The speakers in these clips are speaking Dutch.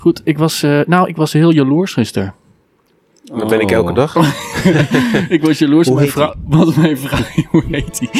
Goed, ik was heel jaloers gisteren. Dat ben ik elke dag. Ik was jaloers op mijn vrouw. Wat mijn vrouw, hoe heet die?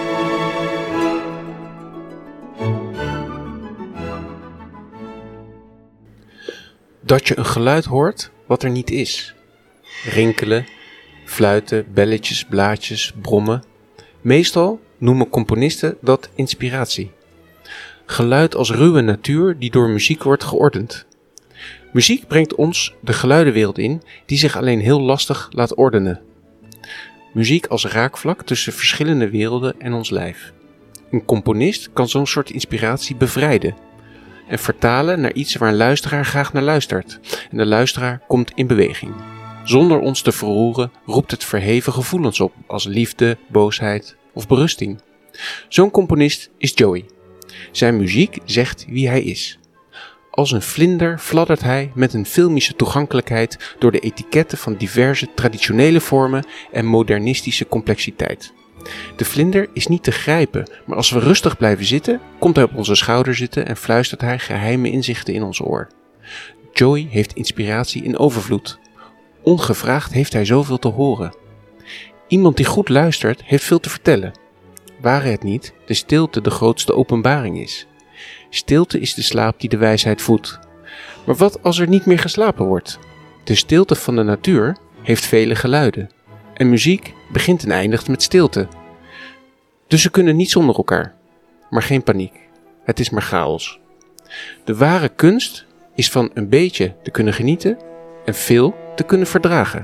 Dat je een geluid hoort wat er niet is. Rinkelen, fluiten, belletjes, blaadjes, brommen. Meestal noemen componisten dat inspiratie. Geluid als ruwe natuur die door muziek wordt geordend. Muziek brengt ons de geluidenwereld in die zich alleen heel lastig laat ordenen. Muziek als raakvlak tussen verschillende werelden en ons lijf. Een componist kan zo'n soort inspiratie bevrijden en vertalen naar iets waar een luisteraar graag naar luistert. En de luisteraar komt in beweging. Zonder ons te verroeren roept het verheven gevoelens op als liefde, boosheid of berusting. Zo'n componist is Joey. Zijn muziek zegt wie hij is. Als een vlinder fladdert hij met een filmische toegankelijkheid door de etiketten van diverse traditionele vormen en modernistische complexiteit. De vlinder is niet te grijpen, maar als we rustig blijven zitten, komt hij op onze schouder zitten en fluistert hij geheime inzichten in ons oor. Joey heeft inspiratie in overvloed. Ongevraagd heeft hij zoveel te horen. Iemand die goed luistert, heeft veel te vertellen. Ware het niet de stilte de grootste openbaring is? Stilte is de slaap die de wijsheid voedt. Maar wat als er niet meer geslapen wordt? De stilte van de natuur heeft vele geluiden. En muziek begint en eindigt met stilte. Dus ze kunnen niet zonder elkaar. Maar geen paniek. Het is maar chaos. De ware kunst is van een beetje te kunnen genieten en veel te kunnen verdragen.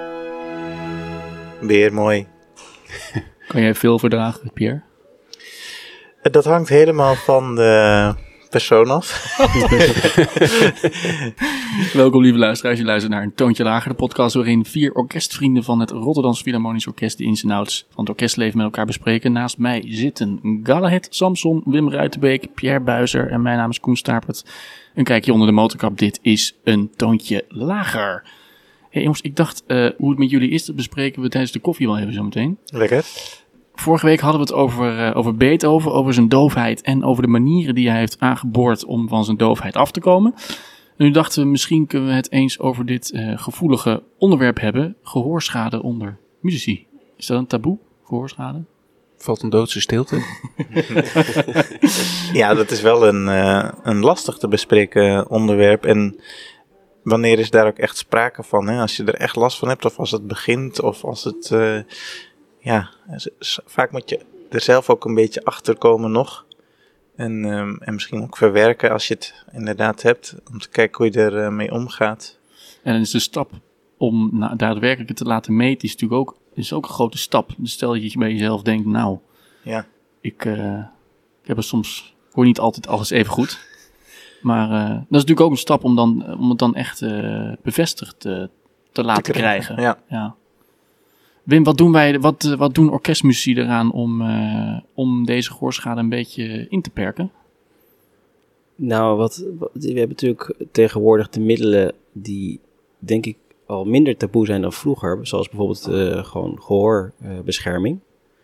Weer mooi. Kan jij veel verdragen, Pierre? Dat hangt helemaal van de persoon af. Welkom lieve luisteraars, je luistert naar een Toontje Lager, de podcast waarin 4 orkestvrienden van het Rotterdamse Philharmonisch Orkest de ins en outs van het orkestleven met elkaar bespreken. Naast mij zitten Galahad Samson, Wim Ruitenbeek, Pierre Buizer en mijn naam is Koen Staarpert. Een kijkje onder de motorkap, dit is een Toontje Lager. Hey jongens, ik dacht hoe het met jullie is, dat bespreken we tijdens de koffie wel even zo meteen. Lekker. Vorige week hadden we het over Beethoven, over zijn doofheid en over de manieren die hij heeft aangeboord om van zijn doofheid af te komen. En nu dachten we, misschien kunnen we het eens over dit gevoelige onderwerp hebben, gehoorschade onder muzici. Is dat een taboe, gehoorschade? Valt een doodse stilte? Ja, dat is wel een lastig te bespreken onderwerp. En wanneer is daar ook echt sprake van? Hè? Als je er echt last van hebt, of als het begint, of als het... vaak moet je er zelf ook een beetje achter komen nog. En misschien ook verwerken als je het inderdaad hebt. Om te kijken hoe je ermee omgaat. En dan is de stap om daadwerkelijk het te laten meten is natuurlijk ook een grote stap. Dus stel dat je bij jezelf denkt, nou, Ja. ik heb er soms, hoor niet altijd alles even goed. Maar dat is natuurlijk ook een stap om het dan echt bevestigd te laten krijgen. Ja. Wim, wat doen orkestmuzici eraan om deze gehoorschade een beetje in te perken? Nou, we hebben natuurlijk tegenwoordig de middelen die, denk ik, al minder taboe zijn dan vroeger. Zoals bijvoorbeeld gewoon gehoorbescherming.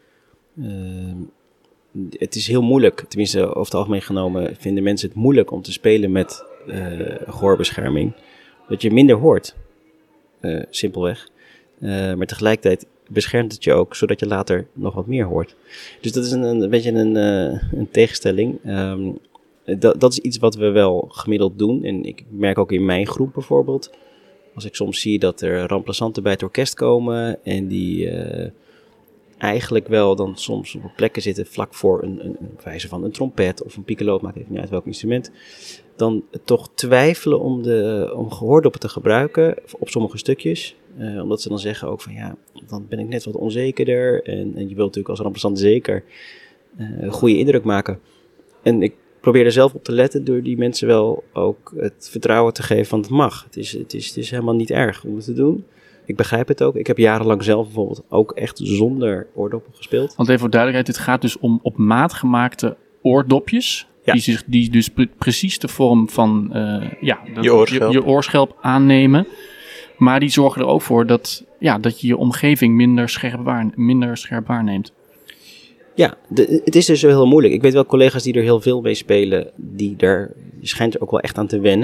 Het is heel moeilijk, tenminste over het algemeen genomen, vinden mensen het moeilijk om te spelen met gehoorbescherming. Dat je minder hoort, simpelweg. Maar tegelijkertijd beschermt het je ook, zodat je later nog wat meer hoort. Dus dat is een beetje een tegenstelling. Dat is iets wat we wel gemiddeld doen. En ik merk ook in mijn groep bijvoorbeeld, als ik soms zie dat er remplaçanten bij het orkest komen en die eigenlijk wel dan soms op plekken zitten vlak voor een wijze van een trompet of een piccolo, maakt even niet uit welk instrument, dan toch twijfelen om gehoordoppen te gebruiken op sommige stukjes. Omdat ze dan zeggen ook van ja, dan ben ik net wat onzekerder. En je wilt natuurlijk als remplaçant zeker een goede indruk maken. En ik probeer er zelf op te letten door die mensen wel ook het vertrouwen te geven van het mag. Het is helemaal niet erg om het te doen. Ik begrijp het ook. Ik heb jarenlang zelf bijvoorbeeld ook echt zonder oordoppen gespeeld. Want even voor duidelijkheid, dit gaat dus om op maat gemaakte oordopjes. Ja. Die dus precies de vorm van je oorschelp aannemen. Maar die zorgen er ook voor dat je je omgeving minder scherp waarneemt. Ja, het is dus heel moeilijk. Ik weet wel collega's die er heel veel mee spelen, je schijnt er ook wel echt aan te wennen.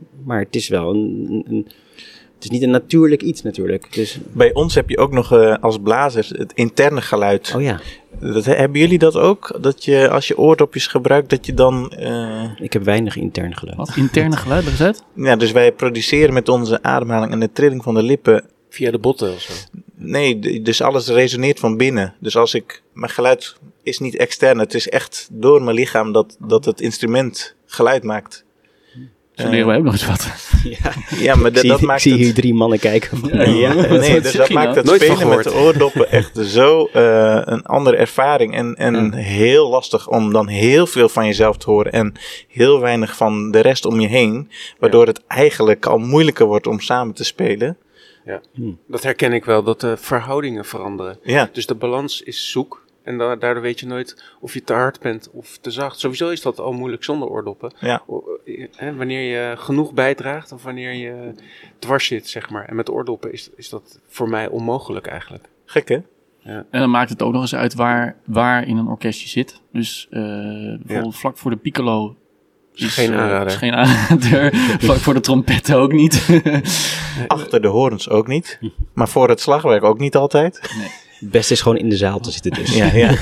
Maar het is wel het is niet een natuurlijk iets natuurlijk. Dus, Bij ons heb je ook nog als blazers het interne geluid. oh ja, Hebben jullie dat ook? Dat je als je oordopjes gebruikt, dat je dan... ik heb weinig intern geluid. Wat? Interne geluid, leg eens uit? Ja, dus wij produceren met onze ademhaling en de trilling van de lippen. Via de botten of zo. Nee, dus alles resoneert van binnen. Dus mijn geluid is niet extern. Het is echt door mijn lichaam dat het instrument geluid maakt. Zo leren wij ook nog eens wat. Ja, maar dat Ik maakt zie het... hier 3 mannen kijken. Nee, dus dat maakt het Nooit van spelen met de oordoppen echt zo een andere ervaring. En heel lastig om dan heel veel van jezelf te horen. En heel weinig van de rest om je heen. Waardoor het eigenlijk al moeilijker wordt om samen te spelen. Ja. Dat herken ik wel, dat de verhoudingen veranderen. Ja, Dus de balans is zoek. En daardoor weet je nooit of je te hard bent of te zacht. Sowieso is dat al moeilijk zonder oordoppen. ja. Wanneer je genoeg bijdraagt of wanneer je dwars zit, zeg maar. En met oordoppen is dat voor mij onmogelijk eigenlijk. Gek hè? En dan maakt het ook nog eens uit waar in een orkest je zit. Dus bijvoorbeeld vlak voor de piccolo is geen aanrader. is geen aanrader. Vlak voor de trompetten ook niet. Achter de horens ook niet. Maar voor het slagwerk ook niet altijd. Het beste is gewoon in de zaal te zitten dus. Ja.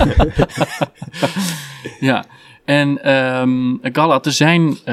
Ja, en Gala, er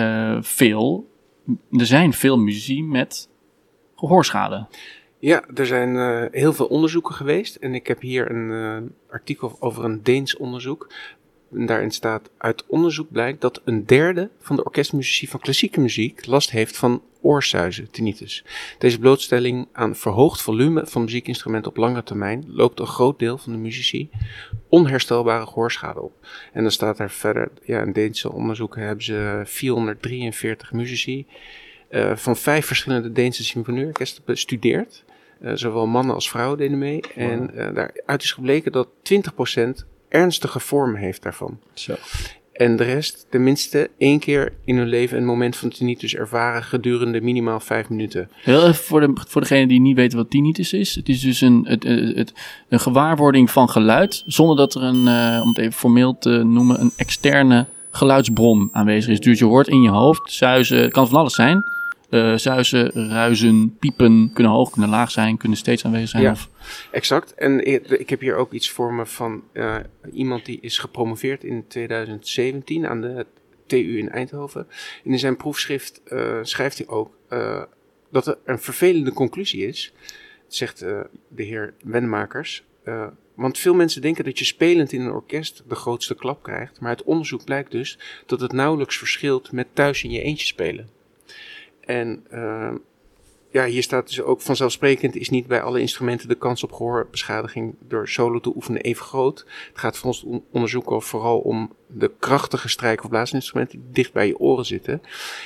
zijn veel muzici met gehoorschade. Ja, er zijn heel veel onderzoeken geweest. En ik heb hier een artikel over een Deens onderzoek. En daarin staat, uit onderzoek blijkt dat 1/3 van de orkestmuzici van klassieke muziek last heeft van oorsuizen, tinnitus. Deze blootstelling aan verhoogd volume van muziekinstrumenten op lange termijn loopt een groot deel van de muzici onherstelbare gehoorschade op. En dan staat er verder, in Deense onderzoeken hebben ze 443 muzici van 5 verschillende Deense symfonieorkesten bestudeerd. Zowel mannen als vrouwen deden mee. En daaruit is gebleken dat 20% ernstige vormen heeft daarvan. Zo. En de rest, tenminste 1 keer in hun leven een moment van tinnitus ervaren gedurende minimaal 5 minuten. Heel even voor degene die niet weten wat tinnitus is. Het is dus een gewaarwording van geluid, zonder dat er om het even formeel te noemen, een externe geluidsbron aanwezig is. Dus je hoort in je hoofd suizen, het kan van alles zijn. Suizen, ruizen, piepen, kunnen hoog, kunnen laag zijn, kunnen steeds aanwezig zijn. Ja. Of... Exact. En ik heb hier ook iets voor me van iemand die is gepromoveerd in 2017 aan de TU in Eindhoven. En in zijn proefschrift schrijft hij ook dat er een vervelende conclusie is, zegt de heer Wenmakers. Want veel mensen denken dat je spelend in een orkest de grootste klap krijgt. Maar uit onderzoek blijkt dus dat het nauwelijks verschilt met thuis in je eentje spelen. En hier staat dus ook vanzelfsprekend is niet bij alle instrumenten de kans op gehoorbeschadiging door solo te oefenen even groot. Het gaat voor ons onderzoek ook vooral om de krachtige strijk- of blaasinstrumenten die dicht bij je oren zitten.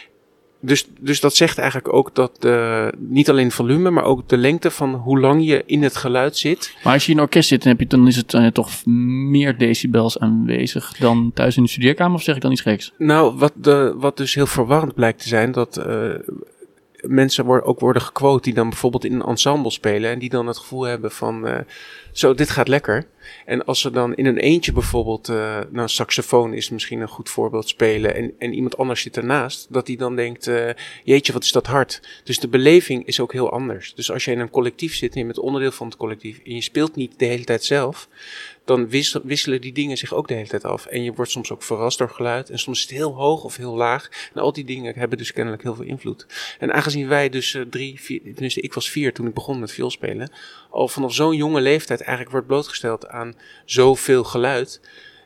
Dus dat zegt eigenlijk ook dat niet alleen volume, maar ook de lengte van hoe lang je in het geluid zit. Maar als je in een orkest zit, dan is het toch meer decibels aanwezig dan thuis in de studeerkamer, of zeg ik dan iets geks? Nou, wat dus heel verwarrend blijkt te zijn, dat mensen worden gequote die dan bijvoorbeeld in een ensemble spelen en die dan het gevoel hebben van, zo, dit gaat lekker. En als ze dan in een eentje bijvoorbeeld, saxofoon is misschien een goed voorbeeld spelen en iemand anders zit ernaast, dat die dan denkt, jeetje, wat is dat hard. Dus de beleving is ook heel anders. Dus als je in een collectief zit en je bent onderdeel van het collectief en je speelt niet de hele tijd zelf, dan wisselen die dingen zich ook de hele tijd af. En je wordt soms ook verrast door geluid. En soms is het heel hoog of heel laag. En al die dingen hebben dus kennelijk heel veel invloed. En aangezien wij dus tenminste ik was 4 toen ik begon met vioolspelen, al vanaf zo'n jonge leeftijd eigenlijk wordt blootgesteld aan zoveel geluid,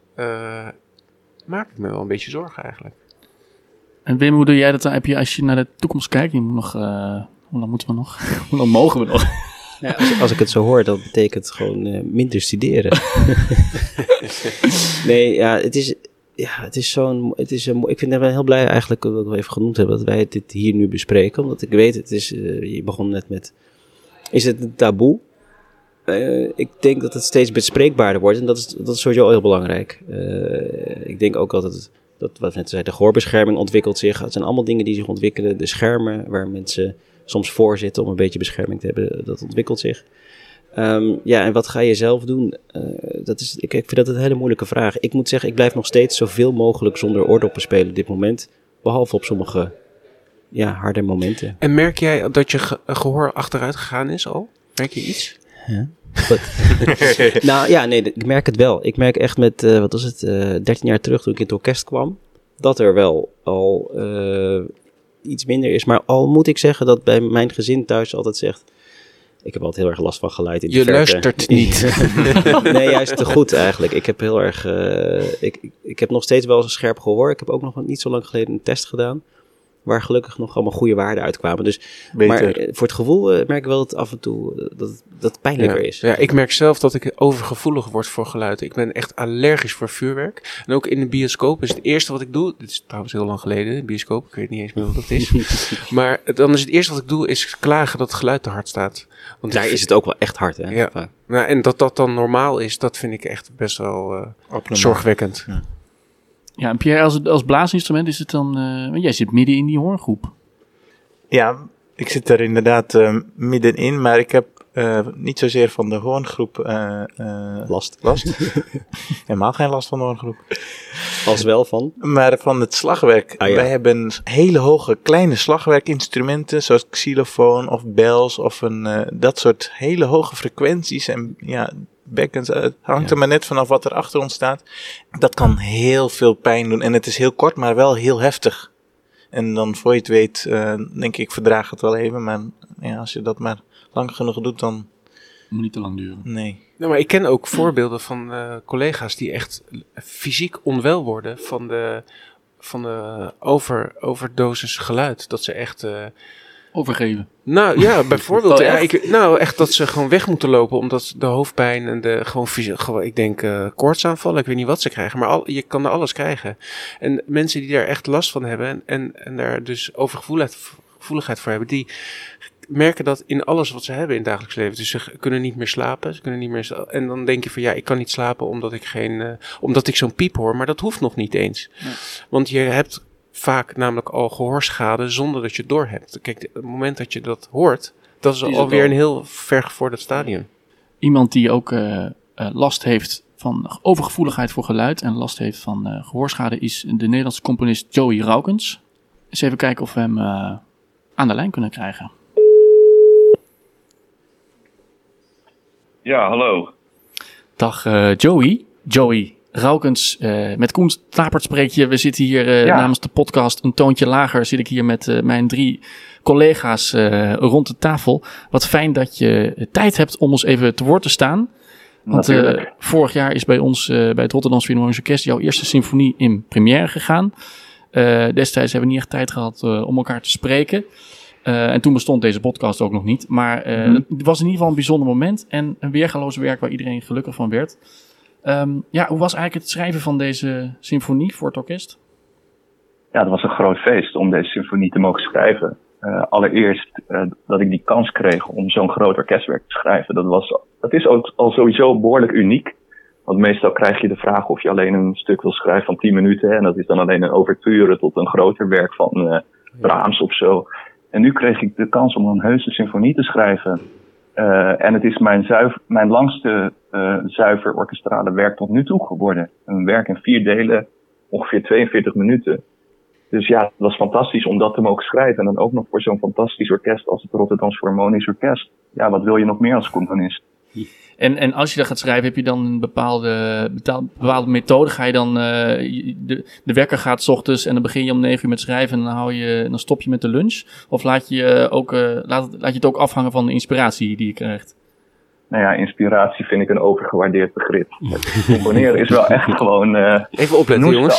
maak ik me wel een beetje zorgen eigenlijk. En Wim, hoe doe jij dat dan? Heb je, als je naar de toekomst kijkt, je moet nog, hoe lang moeten we nog? Hoe lang mogen we nog? Ja, als ik het zo hoor, dan betekent het gewoon minder studeren. Nee, ja, het is zo'n, ik vind het wel heel blij eigenlijk, dat we het wel even genoemd hebben, dat wij dit hier nu bespreken. Omdat ik weet, het is, je begon net met, is het een taboe? Ik denk dat het steeds bespreekbaarder wordt en dat is sowieso heel belangrijk. Ik denk ook altijd dat wat we net zeiden, de gehoorbescherming ontwikkelt zich. Het zijn allemaal dingen die zich ontwikkelen. De schermen waar mensen soms voor zitten om een beetje bescherming te hebben, dat ontwikkelt zich. En wat ga je zelf doen? Ik vind dat een hele moeilijke vraag. Ik moet zeggen, ik blijf nog steeds zoveel mogelijk zonder oordoppen spelen op dit moment. Behalve op sommige harde momenten. En merk jij dat je gehoor achteruit gegaan is al? Merk je iets? Ja. Nou ja, nee, ik merk het wel. Ik merk echt met, 13 jaar terug toen ik in het orkest kwam, dat er wel al iets minder is. Maar al moet ik zeggen dat bij mijn gezin thuis altijd zegt, ik heb altijd heel erg last van geluid in de verte. Je luistert niet. Nee, juist te goed eigenlijk. Ik heb heel erg, ik heb nog steeds wel eens een scherp gehoor. Ik heb ook nog niet zo lang geleden een test gedaan, waar gelukkig nog allemaal goede waarden uitkwamen. Dus, maar voor het gevoel merk ik wel dat af en toe dat het pijnlijker is. Ja, ik merk zelf dat ik overgevoelig word voor geluid. Ik ben echt allergisch voor vuurwerk. En ook in de bioscoop is het eerste wat ik doe. Dit is trouwens heel lang geleden, de bioscoop. Ik weet niet eens meer wat dat is. Maar dan is het eerste wat ik doe, is klagen dat het geluid te hard staat. Want daar is het ook wel echt hard, hè? Ja. Nou, en dat dan normaal is, dat vind ik echt best wel zorgwekkend. Ja. Ja, en Pierre, als blaasinstrument is het dan... want jij zit midden in die hoorngroep. Ja, ik zit er inderdaad middenin, maar ik heb niet zozeer van de hoorngroep last. Helemaal geen last van de hoorngroep. Als wel van? Maar van het slagwerk. Ah, ja. Wij hebben hele hoge kleine slagwerkinstrumenten, zoals xylofoon of bells of dat soort hele hoge frequenties en bekkens. Het hangt er maar net vanaf wat er achter ons staat. Dat kan heel veel pijn doen en het is heel kort, maar wel heel heftig. En dan voor je het weet, denk ik, verdraag het wel even. Maar ja, als je dat maar lang genoeg doet, dan... Moet niet te lang duren. Nee. Nou, maar ik ken ook voorbeelden van collega's die echt fysiek onwel worden van de overdosis geluid. Dat ze echt... Overgeven. Nou ja, bijvoorbeeld. Oh, echt? Echt dat ze gewoon weg moeten lopen omdat de hoofdpijn en gewoon ik denk koortsaanvallen. Ik weet niet wat ze krijgen, maar je kan er alles krijgen. En mensen die daar echt last van hebben en daar dus overgevoeligheid voor hebben, die merken dat in alles wat ze hebben in het dagelijks leven. Dus ze kunnen niet meer slapen, en dan denk je van ik kan niet slapen omdat ik zo'n piep hoor, maar dat hoeft nog niet eens. Nee. Want je hebt vaak namelijk al gehoorschade zonder dat je het door hebt. Kijk, het moment dat je dat hoort, dat is alweer een heel vergevorderd stadium. Iemand die ook last heeft van overgevoeligheid voor geluid en last heeft van gehoorschade is de Nederlandse componist Joey Raukens. Eens even kijken of we hem aan de lijn kunnen krijgen. Ja, hallo. Dag Joey. Joey Raukens, met Koen Tapert spreek je. We zitten hier namens de podcast Een Toontje Lager. Zit ik hier met mijn 3 collega's rond de tafel. Wat fijn dat je tijd hebt om ons even te woord te staan. Want vorig jaar is bij ons, bij het Rotterdamse Philharmonisch Orkest, jouw eerste symfonie in première gegaan. Destijds hebben we niet echt tijd gehad om elkaar te spreken. En toen bestond deze podcast ook nog niet. Maar het was in ieder geval een bijzonder moment. En een weergaloos werk waar iedereen gelukkig van werd. Hoe was eigenlijk het schrijven van deze symfonie voor het orkest? Ja, het was een groot feest om deze symfonie te mogen schrijven. Allereerst dat ik die kans kreeg om zo'n groot orkestwerk te schrijven. Dat is ook al sowieso behoorlijk uniek. Want meestal krijg je de vraag of je alleen een stuk wil schrijven van 10 minuten. En dat is dan alleen een ouverture tot een groter werk van Brahms of zo. En nu kreeg ik de kans om een heuse symfonie te schrijven. En het is mijn langste zuiver orkestrale werk tot nu toe geworden. Een werk in 4 delen, ongeveer 42 minuten. Dus ja, het was fantastisch om dat te mogen schrijven. En dan ook nog voor zo'n fantastisch orkest als het Rotterdamse Philharmonisch Orkest. Ja, wat wil je nog meer als componist? En als je dat gaat schrijven, heb je dan een bepaalde methode? Ga je dan, de wekker gaat 's ochtends en dan begin je om 9 uur met schrijven en dan stop je met de lunch? Of laat je het ook afhangen van de inspiratie die je krijgt? Nou ja, inspiratie vind ik een overgewaardeerd begrip. Het componeren is wel echt gewoon... Even opletten, jongens.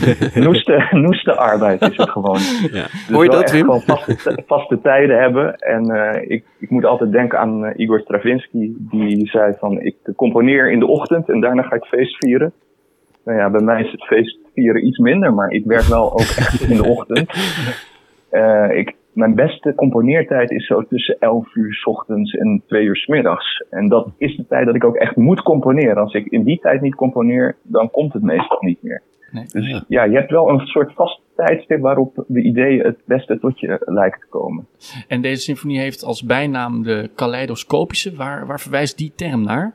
Noeste arbeid is het gewoon. Ja. Dus hoor je dat, Wim? Gewoon vaste tijden hebben. En ik moet altijd denken aan Igor Stravinsky. Die zei van, ik componeer in de ochtend en daarna ga ik feest vieren. Nou ja, bij mij is het feest vieren iets minder, maar ik werk wel ook echt in de ochtend. Mijn beste componeertijd is zo tussen 11 uur 's ochtends en 2 uur 's middags. En dat is de tijd dat ik ook echt moet componeren. Als ik in die tijd niet componeer, dan komt het meestal niet meer. Nee. Dus ja, je hebt wel een soort vast tijdstip waarop de ideeën het beste tot je lijken te komen. En deze symfonie heeft als bijnaam de kaleidoscopische. Waar verwijst die term naar?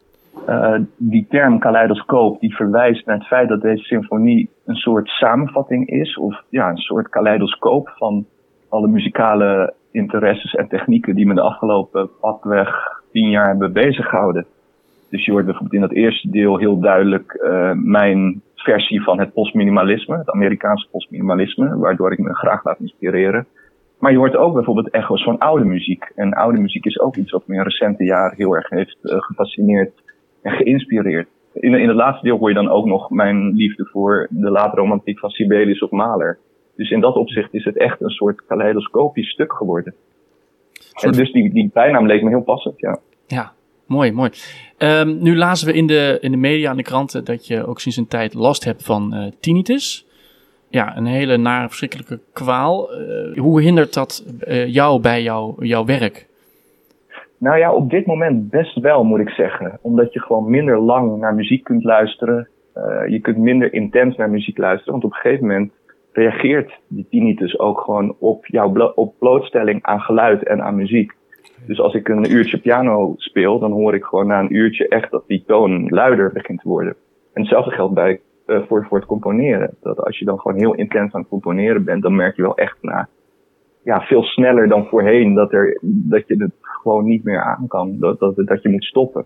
Die term kaleidoscoop die verwijst naar het feit dat deze symfonie een soort samenvatting is. Of ja, een soort kaleidoscoop van alle muzikale interesses en technieken die me de afgelopen pakweg 10 jaar hebben bezig gehouden. Dus je hoort bijvoorbeeld in dat eerste deel heel duidelijk mijn versie van het postminimalisme, het Amerikaanse postminimalisme, waardoor ik me graag laat inspireren. Maar je hoort ook bijvoorbeeld echo's van oude muziek. En oude muziek is ook iets wat me in recente jaren heel erg heeft gefascineerd en geïnspireerd. In het laatste deel hoor je dan ook nog mijn liefde voor de late romantiek van Sibelius of Mahler. Dus in dat opzicht is het echt een soort kaleidoscopisch stuk geworden. En dus die bijnaam leek me heel passend, ja. Ja, mooi. Nu lazen we in de media en de kranten dat je ook sinds een tijd last hebt van tinnitus. Ja, een hele nare, verschrikkelijke kwaal. Hoe hindert dat jou bij jouw werk? Nou ja, op dit moment best wel, moet ik zeggen. Omdat je gewoon minder lang naar muziek kunt luisteren. Je kunt minder intens naar muziek luisteren. Want op een gegeven moment reageert die tinnitus ook gewoon op blootstelling aan geluid en aan muziek. Dus als ik een uurtje piano speel, dan hoor ik gewoon na een uurtje echt dat die toon luider begint te worden. En hetzelfde geldt voor het componeren. Dat als je dan gewoon heel intens aan het componeren bent, dan merk je wel echt veel sneller dan voorheen dat je het gewoon niet meer aan kan. Dat je moet stoppen.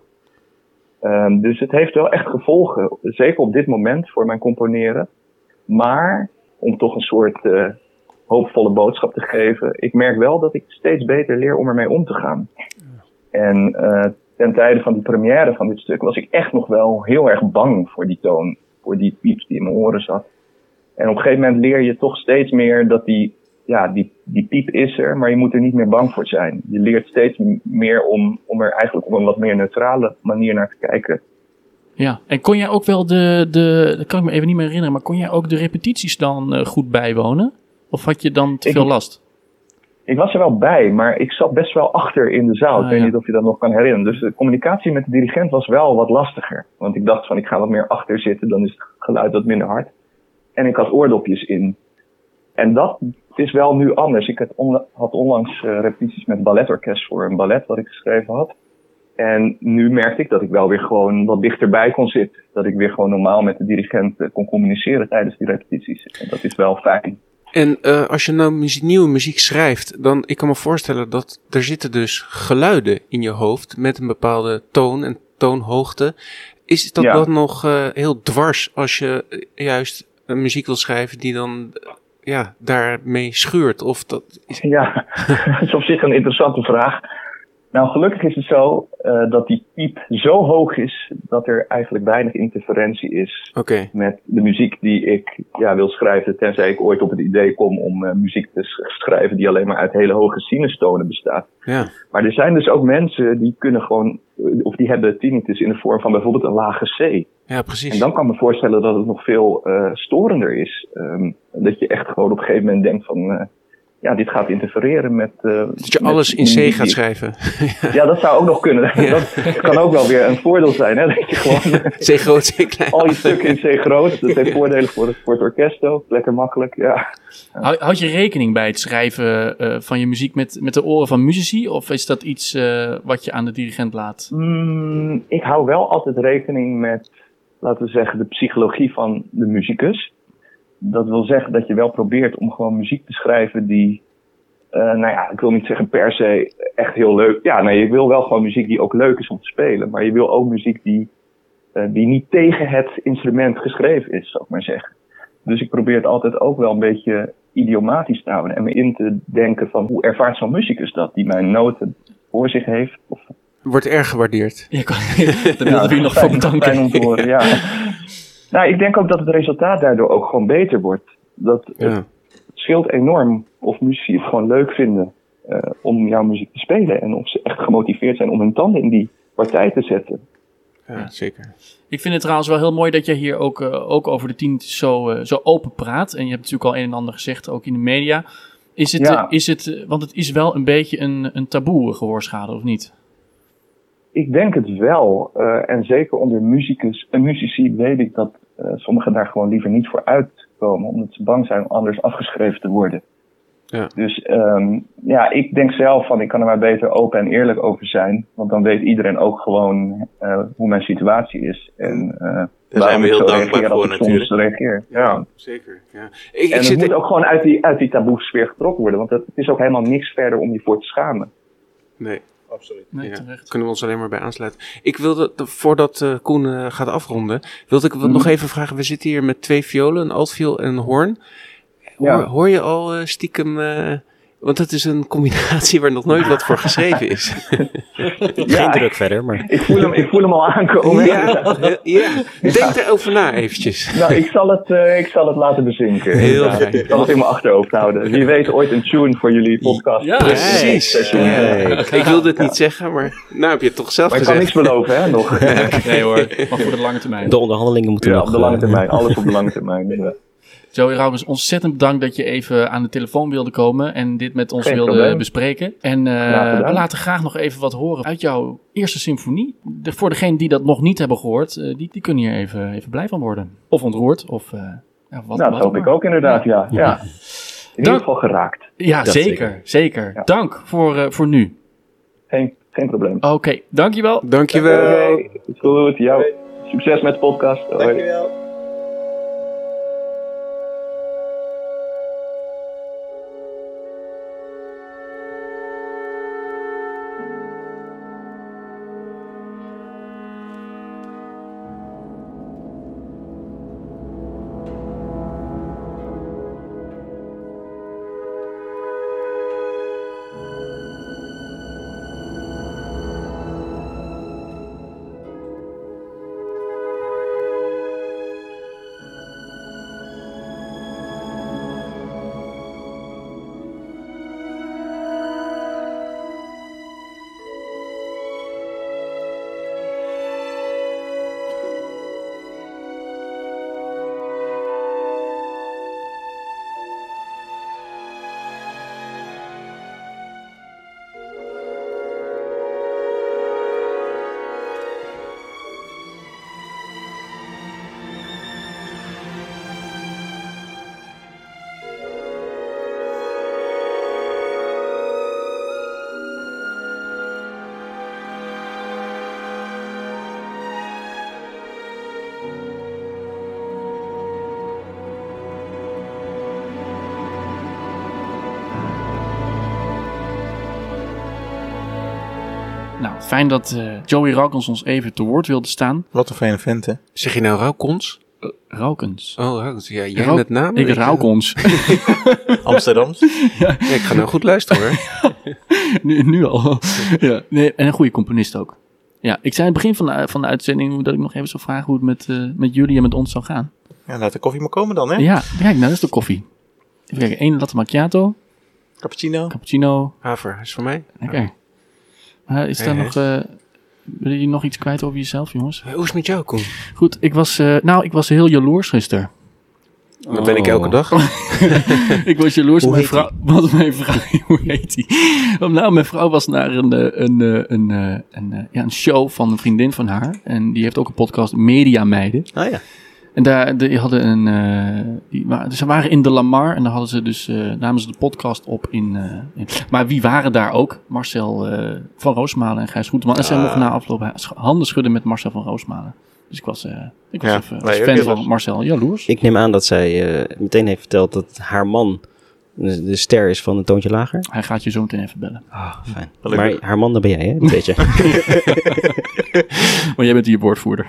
Dus het heeft wel echt gevolgen. Zeker op dit moment voor mijn componeren. Maar om toch een soort hoopvolle boodschap te geven. Ik merk wel dat ik steeds beter leer om ermee om te gaan. En ten tijde van die première van dit stuk was ik echt nog wel heel erg bang voor die toon. Voor die pieps die in mijn oren zat. En op een gegeven moment leer je toch steeds meer dat die piep is er, maar je moet er niet meer bang voor zijn. Je leert steeds meer om er eigenlijk op een wat meer neutrale manier naar te kijken. Ja, en kon jij ook wel dat kan ik me even niet meer herinneren, maar kon jij ook de repetities dan goed bijwonen? Of had je dan te veel last? Ik was er wel bij, maar ik zat best wel achter in de zaal. Ik weet niet of je dat nog kan herinneren. Dus de communicatie met de dirigent was wel wat lastiger. Want ik dacht van, ik ga wat meer achter zitten, dan is het geluid wat minder hard. En ik had oordopjes in. En dat is wel nu anders. Ik had onlangs repetities met balletorkest voor een ballet wat ik geschreven had. En nu merkte ik dat ik wel weer gewoon wat dichterbij kon zitten. Dat ik weer gewoon normaal met de dirigent kon communiceren tijdens die repetities. En dat is wel fijn. En als je nou nieuwe muziek schrijft, dan ik kan me voorstellen dat er zitten dus geluiden in je hoofd met een bepaalde toon en toonhoogte. Is dat dan nog heel dwars als je juist een muziek wil schrijven die dan daarmee schuurt? Of dat is... Ja, dat is op zich een interessante vraag. Nou, gelukkig is het zo dat die piep zo hoog is dat er eigenlijk weinig interferentie is met de muziek die ik wil schrijven. Tenzij ik ooit op het idee kom om muziek te schrijven die alleen maar uit hele hoge sinustonen bestaat. Ja. Maar er zijn dus ook mensen die kunnen gewoon, of die hebben tinnitus in de vorm van bijvoorbeeld een lage C. Ja, precies. En dan kan ik me voorstellen dat het nog veel storender is. Dat je echt gewoon op een gegeven moment denkt van... dit gaat interfereren met... dat je alles in C gaat schrijven. Ja, dat zou ook nog kunnen. Ja. Dat kan ook wel weer een voordeel zijn. Hè? Dat je gewoon C groot, C klein. Al je stukken in C groot. Dat heeft voordelen voor het orkest ook. Lekker makkelijk, ja. Houd je rekening bij het schrijven van je muziek met de oren van muzici? Of is dat iets wat je aan de dirigent laat? Ik hou wel altijd rekening met, laten we zeggen, de psychologie van de muzikus. Dat wil zeggen dat je wel probeert om gewoon muziek te schrijven die, ik wil niet zeggen per se echt heel leuk. Ja, nee, je wil wel gewoon muziek die ook leuk is om te spelen. Maar je wil ook muziek die niet tegen het instrument geschreven is, zou ik maar zeggen. Dus ik probeer het altijd ook wel een beetje idiomatisch te houden. En me in te denken van hoe ervaart zo'n muzikus dat, die mijn noten voor zich heeft. Of... Wordt erg gewaardeerd. Ja, daar wilde ik nog voor bedanken. Fijn om te horen, ja. Nou, ik denk ook dat het resultaat daardoor ook gewoon beter wordt. Het scheelt enorm of muzici het gewoon leuk vinden om jouw muziek te spelen. En of ze echt gemotiveerd zijn om hun tanden in die partij te zetten. Ja, zeker. Ik vind het trouwens wel heel mooi dat jij hier ook over de tinnitus zo open praat. En je hebt natuurlijk al een en ander gezegd, ook in de media. Is het, want het is wel een beetje een taboe, gehoorschade, of niet? Ik denk het wel. En zeker onder muzici weet ik dat sommigen daar gewoon liever niet voor uitkomen. Omdat ze bang zijn om anders afgeschreven te worden. Ja. Dus ik denk zelf van ik kan er maar beter open en eerlijk over zijn. Want dan weet iedereen ook gewoon hoe mijn situatie is. En Daar zijn we heel dankbaar voor als ik soms reageer. Ja. Zeker. Ja. En het moet ook gewoon uit die taboesfeer getrokken worden. Want het is ook helemaal niks verder om je voor te schamen. Nee. Absoluut. Nee, Ja, terecht. kunnen we ons alleen maar bij aansluiten. Ik wilde, voordat Koen gaat afronden, wilde ik nog even vragen. We zitten hier met 2 violen, een altviool en een hoorn. Hoor je al stiekem... want het is een combinatie waar nog nooit wat voor geschreven is. Geen druk verder, maar... Ik voel hem al aankomen. Ja. Denk erover na eventjes. Nou, ik zal het laten bezinken. Heel Ja, fijn. ik zal het in mijn achterhoofd houden. Wie weet ooit een tune voor jullie podcast. Ja, Precies. Hey. Ik wilde het niet zeggen, maar nou heb je het toch zelf Maar ik kan gezegd. niks beloven, hè, nog. Nee hoor, maar voor de lange termijn. De onderhandelingen moeten Ja, nog... op de lange termijn. Alles op de lange termijn. Ja. Joey Raukens, ontzettend bedankt dat je even aan de telefoon wilde komen en dit met ons Geen wilde probleem. bespreken. En gedaan. we laten graag nog even wat horen uit jouw eerste symfonie. Voor degenen die dat nog niet hebben gehoord, die kunnen hier even blij van worden. Of ontroerd, of wat. Nou, dat hoop ik ook inderdaad, ja. In ieder geval geraakt. Ja, Dat zeker. Ja. Dank voor nu. Geen probleem. Oké, dankjewel. Dankjewel. Oké, is goed. Jou. Succes met de podcast. Hoi. Dankjewel. Nou, fijn dat Joey Raukens ons even te woord wilde staan. Wat een fijne vent, hè? Zeg je nou Raukons? Raukens. Oh, Raukons. Ja, jij met naam? Ik Raukens. Amsterdams. Ja, ik ga nou goed luisteren hoor. nu al. Ja, nee, en een goede componist ook. Ja, ik zei aan het begin van de uitzending dat ik nog even zou vragen hoe het met jullie en met ons zou gaan. Ja, laat de koffie maar komen dan, hè? Ja, kijk, nou dat is de koffie. Even kijken, 1 latte macchiato, cappuccino. Haver, is voor mij. Oké. Is daar nog... wil je nog iets kwijt over jezelf, jongens? Hoe is het met jou, Koen? Goed, ik was heel jaloers gisteren. Dat ben ik elke dag. Ik was jaloers op Hoe mijn heet vrouw. Want mijn vrouw, hoe heet die? Nou, mijn vrouw was naar een show van een vriendin van haar. En die heeft ook een podcast, Media Meiden. Ah ja. En die hadden ze waren in de Lamar en daar hadden ze dus namen ze de podcast op in. Maar wie waren daar ook? Marcel van Roosmalen en Gijs Groenteman. En zij mochten na afloop handen schudden met Marcel van Roosmalen. Dus ik was Ja, even wij ook fan jaloers. van Marcel. Jaloers. Ik neem aan dat zij meteen heeft verteld dat haar man de ster is van een toontje lager. Hij gaat je zo meteen even bellen. Ah, fijn. Gelukkig. Maar haar man, dat ben jij, hè? Dat weet je. Maar jij bent hier woordvoerder.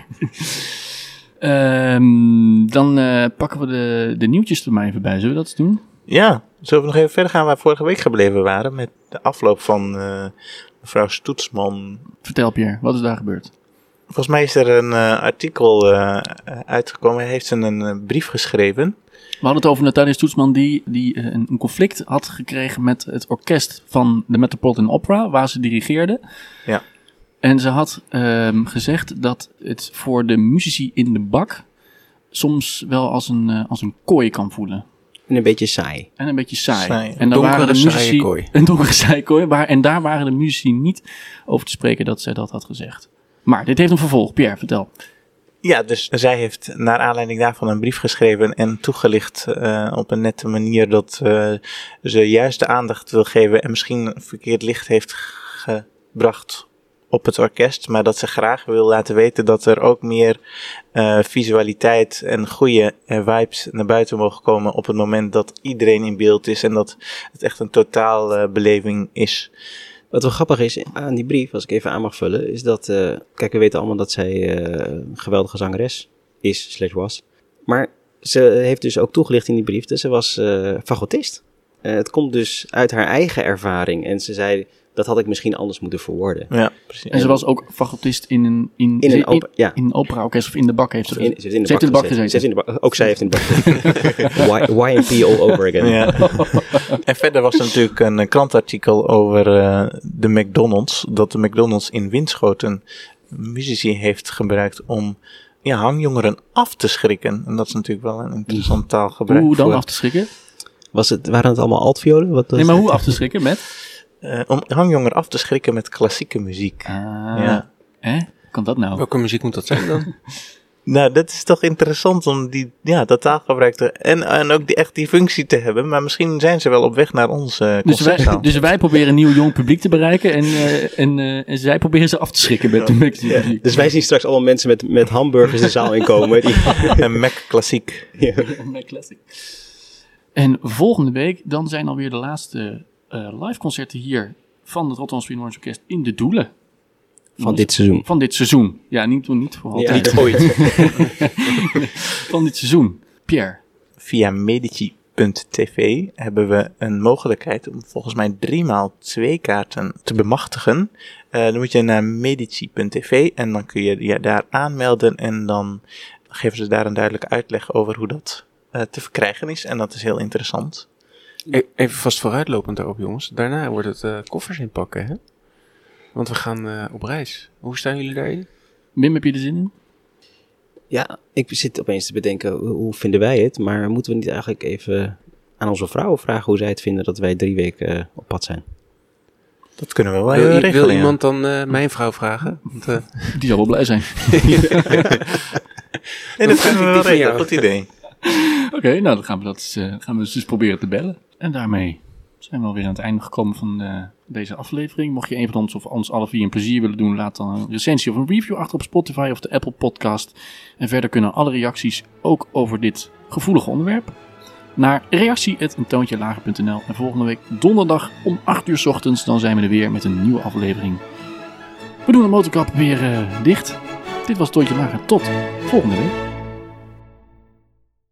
Dan pakken we de nieuwtjes er maar even bij. Zullen we dat eens doen? Ja, zullen we nog even verder gaan waar we vorige week gebleven waren met de afloop van mevrouw Stoetsman. Vertel Pierre, wat is daar gebeurd? Volgens mij is er een artikel uitgekomen. Hij heeft ze een brief geschreven. We hadden het over Natalia Stoetsman die een conflict had gekregen met het orkest van de Metropolitan Opera, waar ze dirigeerde. Ja. En ze had gezegd dat het voor de muzici in de bak soms wel als een kooi kan voelen. En een beetje saai. En een beetje saai. Saai. En dan waren de Donkere, muzici, saaie kooi. een donkere saaie kooi. En daar waren de muzici niet over te spreken dat zij dat had gezegd. Maar dit heeft een vervolg. Pierre, vertel. Ja, dus zij heeft naar aanleiding daarvan een brief geschreven en toegelicht op een nette manier dat ze juist de aandacht wil geven en misschien een verkeerd licht heeft gebracht op het orkest, maar dat ze graag wil laten weten dat er ook meer visualiteit en goede vibes naar buiten mogen komen op het moment dat iedereen in beeld is en dat het echt een totaalbeleving is. Wat wel grappig is aan die brief, als ik even aan mag vullen, is dat, kijk, we weten allemaal dat zij een geweldige zangeres was. Maar ze heeft dus ook toegelicht in die brief dat ze was fagotist. Het komt dus uit haar eigen ervaring en ze zei, dat had ik misschien anders moeten verwoorden. Ja, precies. En ze was ook fagotist in een operaorkest of in de bak heeft ze. Ze heeft in de bak gezeten. Ook zij heeft in de bak gezeten. YMP all over again. Ja. En verder was er natuurlijk een krantartikel over de McDonald's. Dat de McDonald's in Winschoten muzici heeft gebruikt om hangjongeren af te schrikken. En dat is natuurlijk wel een interessant taalgebruik. Hoe dan af te schrikken? Waren het allemaal altviolen? Nee, maar hoe af te schrikken met? Om hangjongeren af te schrikken met klassieke muziek. Ja. Kan dat nou? Welke muziek moet dat zijn dan? Nou, dat is toch interessant om dat taalgebruik te... En ook echt die functie te hebben. Maar misschien zijn ze wel op weg naar ons concertzaal. Dus wij proberen een nieuw jong publiek te bereiken. En zij proberen ze af te schrikken met de muziek. Dus wij zien straks allemaal mensen met hamburgers de zaal inkomen. Een Mac Klassiek. Ja. Mac Klassiek. En volgende week, dan zijn alweer de laatste live concerten hier van het Rotterdam Philharmonisch Orkest in de Doelen. Van dit seizoen. Ja, niet voor altijd. Niet ooit. Van dit seizoen. Pierre. Via medici.tv hebben we een mogelijkheid om volgens mij 3 maal 2 kaarten te bemachtigen. Dan moet je naar medici.tv en dan kun je je daar aanmelden en dan geven ze daar een duidelijke uitleg over hoe dat te verkrijgen is. En dat is heel interessant. Even vast vooruitlopend daarop, jongens. Daarna wordt het koffers inpakken, hè? Want we gaan op reis. Hoe staan jullie daarin? Wim, heb je er zin in? Ja, ik zit opeens te bedenken, hoe vinden wij het? Maar moeten we niet eigenlijk even aan onze vrouwen vragen hoe zij het vinden dat wij 3 weken op pad zijn? Dat kunnen we wel regelen. Wil iemand dan mijn vrouw vragen? Want, die zal wel blij zijn. En dat kunnen we wel regelen. Goed idee. Oké, nou dan gaan we dus proberen te bellen. En daarmee zijn we alweer aan het einde gekomen van deze aflevering. Mocht je een van ons of ons alle 4 een plezier willen doen, laat dan een recensie of een review achter op Spotify of de Apple Podcast. En verder kunnen alle reacties ook over dit gevoelige onderwerp naar reactie@eentoontjelager.nl. En volgende week donderdag om 8 uur 's ochtends, dan zijn we er weer met een nieuwe aflevering. We doen de motorkap weer dicht. Dit was Toontje Lager. Tot volgende week.